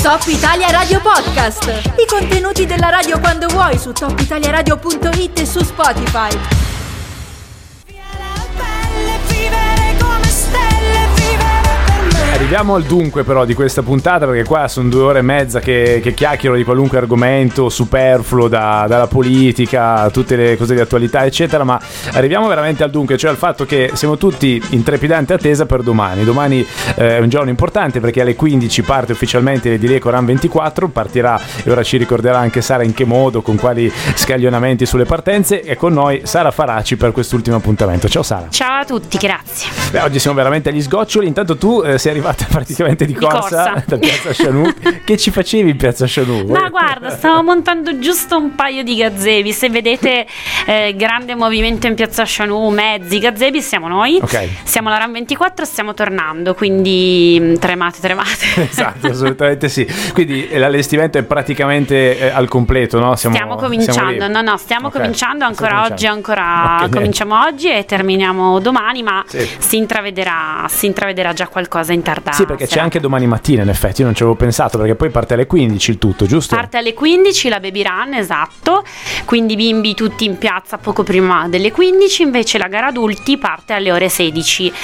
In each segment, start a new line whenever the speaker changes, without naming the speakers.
Top Italia Radio Podcast. I contenuti della radio quando vuoi su topitaliaradio.it e su Spotify.
Arriviamo al dunque però di questa puntata, perché qua sono 2 ore e mezza che chiacchiero di qualunque argomento superfluo, dalla politica, tutte le cose di attualità eccetera, ma arriviamo veramente al dunque, cioè al fatto che siamo tutti in trepidante attesa per domani. Domani è un giorno importante perché alle 15 parte ufficialmente l'Edileco Run 24, partirà, e ora ci ricorderà anche Sara in che modo, con quali scaglionamenti sulle partenze, e con noi Sara Faraci per quest'ultimo appuntamento. Ciao Sara.
Ciao a tutti, grazie.
Beh, oggi siamo veramente agli sgoccioli. Intanto tu sei arrivata praticamente di corsa da Piazza Chanù. Che ci facevi in Piazza Chanù?
Ma guarda, stavo montando giusto un paio di gazebi. Se vedete grande movimento in Piazza Chanù, mezzi, gazebi, siamo noi.
Okay.
Siamo alla Run 24, stiamo tornando, quindi tremate.
Esatto, assolutamente sì. Quindi l'allestimento è praticamente al completo, no? Stiamo cominciando. Stiamo cominciando ancora oggi, cominciamo oggi e terminiamo domani, ma sì,
si intravederà già qualcosa in tarda.
Sì, perché c'è anche domani mattina, in effetti, io non ci avevo pensato, perché poi parte alle 15 il tutto, giusto?
Parte alle 15 la baby run, esatto, quindi bimbi tutti in piazza poco prima delle 15, invece la gara adulti parte alle ore 16.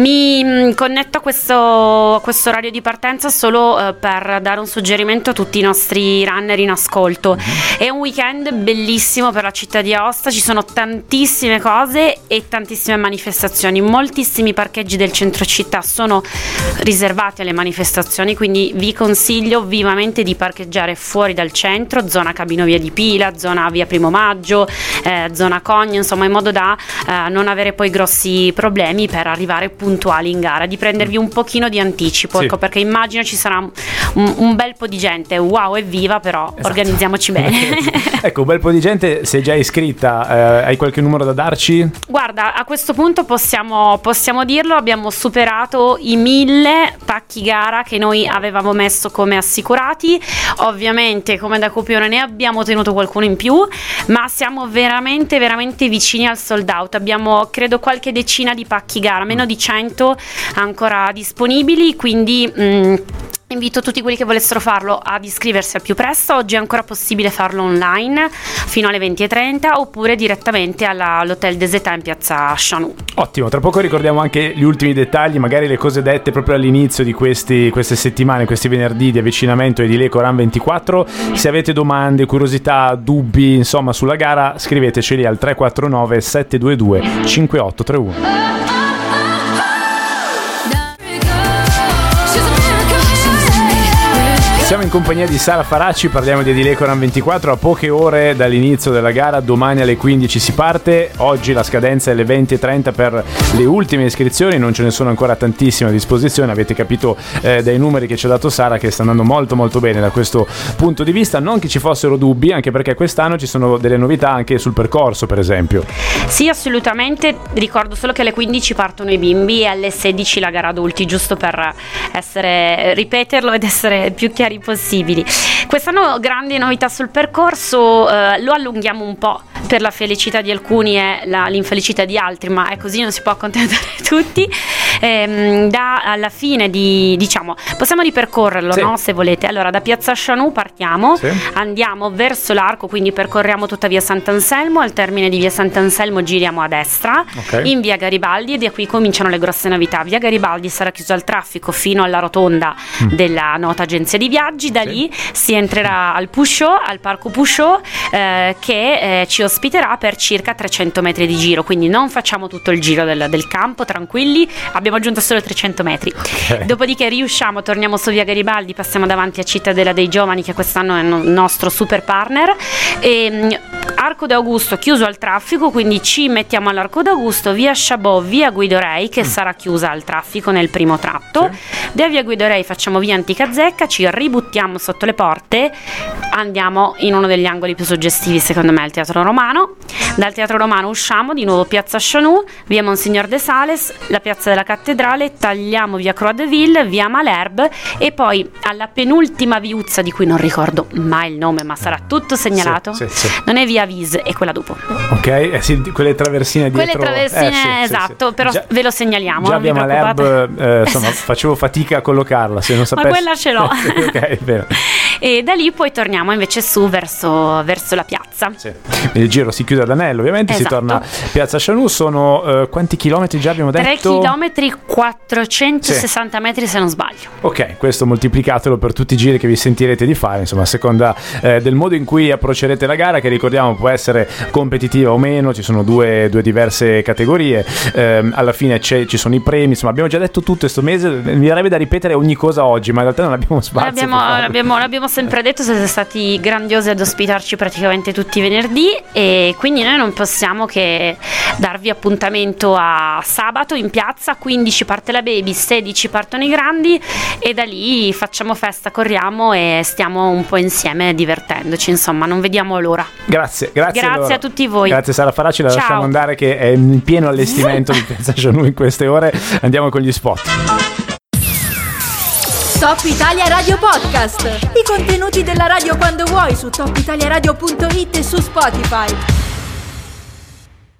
Mi connetto a questo orario di partenza solo per dare un suggerimento a tutti i nostri runner in ascolto. È un weekend bellissimo per la città di Aosta, ci sono tantissime cose e tantissime manifestazioni, moltissimi parcheggi del centro città sono riservati alle manifestazioni, quindi vi consiglio vivamente di parcheggiare fuori dal centro, zona Cabinovia di Pila, zona via Primo Maggio, zona Cogna, insomma, in modo da non avere poi grossi problemi per arrivare puntuali in gara, di prendervi un pochino di anticipo, sì. Ecco, perché immagino ci sarà un bel po' di gente, wow, evviva, però esatto, organizziamoci bene.
Ecco, un bel po' di gente, sei già iscritta, hai qualche numero da darci?
Guarda, a questo punto possiamo dirlo, abbiamo superato i 1000 pacchi gara che noi avevamo messo come assicurati. Ovviamente, come da copione, ne abbiamo tenuto qualcuno in più, ma siamo veramente vicini al sold out. Abbiamo, credo, qualche decina di pacchi gara, meno di 100 ancora disponibili, quindi invito tutti quelli che volessero farlo ad iscriversi al più presto. Oggi è ancora possibile farlo online fino alle 20:30 oppure direttamente all'Hotel des Etats in Piazza Chanù.
Ottimo, tra poco ricordiamo anche gli ultimi dettagli, magari le cose dette proprio all'inizio di queste settimane, questi venerdì di avvicinamento Edileco Run 24. Se avete domande, curiosità, dubbi, insomma, sulla gara, scriveteceli al 349 722 5831. Siamo in compagnia di Sara Faraci, parliamo di Edileco Run 24, a poche ore dall'inizio della gara, domani alle 15 si parte, oggi la scadenza è alle 20:30 per le ultime iscrizioni, non ce ne sono ancora tantissime a disposizione, avete capito dai numeri che ci ha dato Sara che sta andando molto bene da questo punto di vista, non che ci fossero dubbi, anche perché quest'anno ci sono delle novità anche sul percorso, per esempio.
Sì, assolutamente, ricordo solo che alle 15 partono i bimbi e alle 16 la gara adulti, giusto per ripeterlo ed essere più chiari possibili. Quest'anno grandi novità sul percorso, lo allunghiamo un po' per la felicità di alcuni e l'infelicità di altri, ma è così, non si può accontentare tutti. Alla fine possiamo ripercorrerlo, sì, no? Se volete. Allora, da Piazza Chanù partiamo, sì, andiamo verso l'arco, quindi percorriamo tutta via Sant'Anselmo, al termine di via Sant'Anselmo giriamo a destra, okay, in via Garibaldi, e da qui cominciano le grosse novità. Via Garibaldi sarà chiusa al traffico fino alla rotonda della nota agenzia di viaggi, da lì si entrerà al Pusciò, al parco Pusciò, che ci ospiterà per circa 300 metri di giro, quindi non facciamo tutto il giro del campo, tranquilli, abbiamo aggiunto solo 300 metri. Okay. Dopodiché riusciamo, torniamo su via Garibaldi, passiamo davanti a Cittadella dei Giovani, che quest'anno è il nostro super partner, e Arco d'Augusto chiuso al traffico, quindi ci mettiamo all'Arco d'Augusto, via Chabot, via Guido Rei, che sarà chiusa al traffico nel primo tratto, sì, da via Guido Rei facciamo via Antica Zecca, ci ributtiamo sotto le porte, andiamo in uno degli angoli più suggestivi secondo me, il Teatro Romano. Dal Teatro Romano usciamo di nuovo Piazza Chanù, via Monsignor de Sales, la piazza della Cattedrale, tagliamo via Croix de Ville, via Malherbe e poi alla penultima viuzza di cui non ricordo mai il nome, ma sarà tutto segnalato,
sì.
non è via Vis e quella dopo.
Ok, sì, quelle traversine dietro.
Quelle traversine,
sì,
esatto,
sì.
però
già,
ve lo segnaliamo.
Già abbiamo l'herb, insomma, facevo fatica a collocarla, se non sapessi.
Ma quella ce l'ho.
Ok, bene.
E da lì poi torniamo invece su verso la piazza.
Sì. Il giro si chiude ad Anello, ovviamente,
esatto.
Si torna a Piazza Chanù. Sono quanti chilometri già abbiamo detto?
3 chilometri 460 metri se non sbaglio.
Ok, questo moltiplicatelo per tutti i giri che vi sentirete di fare, insomma, a seconda del modo in cui approccerete la gara, che ricordiamo può essere competitiva o meno, ci sono due diverse categorie, alla fine ci sono i premi, insomma abbiamo già detto tutto questo mese, mi verrebbe da ripetere ogni cosa oggi, ma in realtà non abbiamo spazio.
L'abbiamo sempre detto, siete stati grandiosi ad ospitarci praticamente tutti i venerdì, e quindi noi non possiamo che darvi appuntamento a sabato in piazza. 15 parte la baby, 16 partono i grandi, e da lì facciamo festa, corriamo e stiamo un po' insieme divertendoci, insomma non vediamo l'ora.
Grazie
allora a tutti voi.
Grazie Sara Faraci, la
Ciao.
lasciamo andare che è in pieno allestimento di Piazza Chanù in queste ore. Andiamo con gli spot.
Top Italia Radio Podcast. I contenuti della radio quando vuoi su topitaliaradio.it e su Spotify.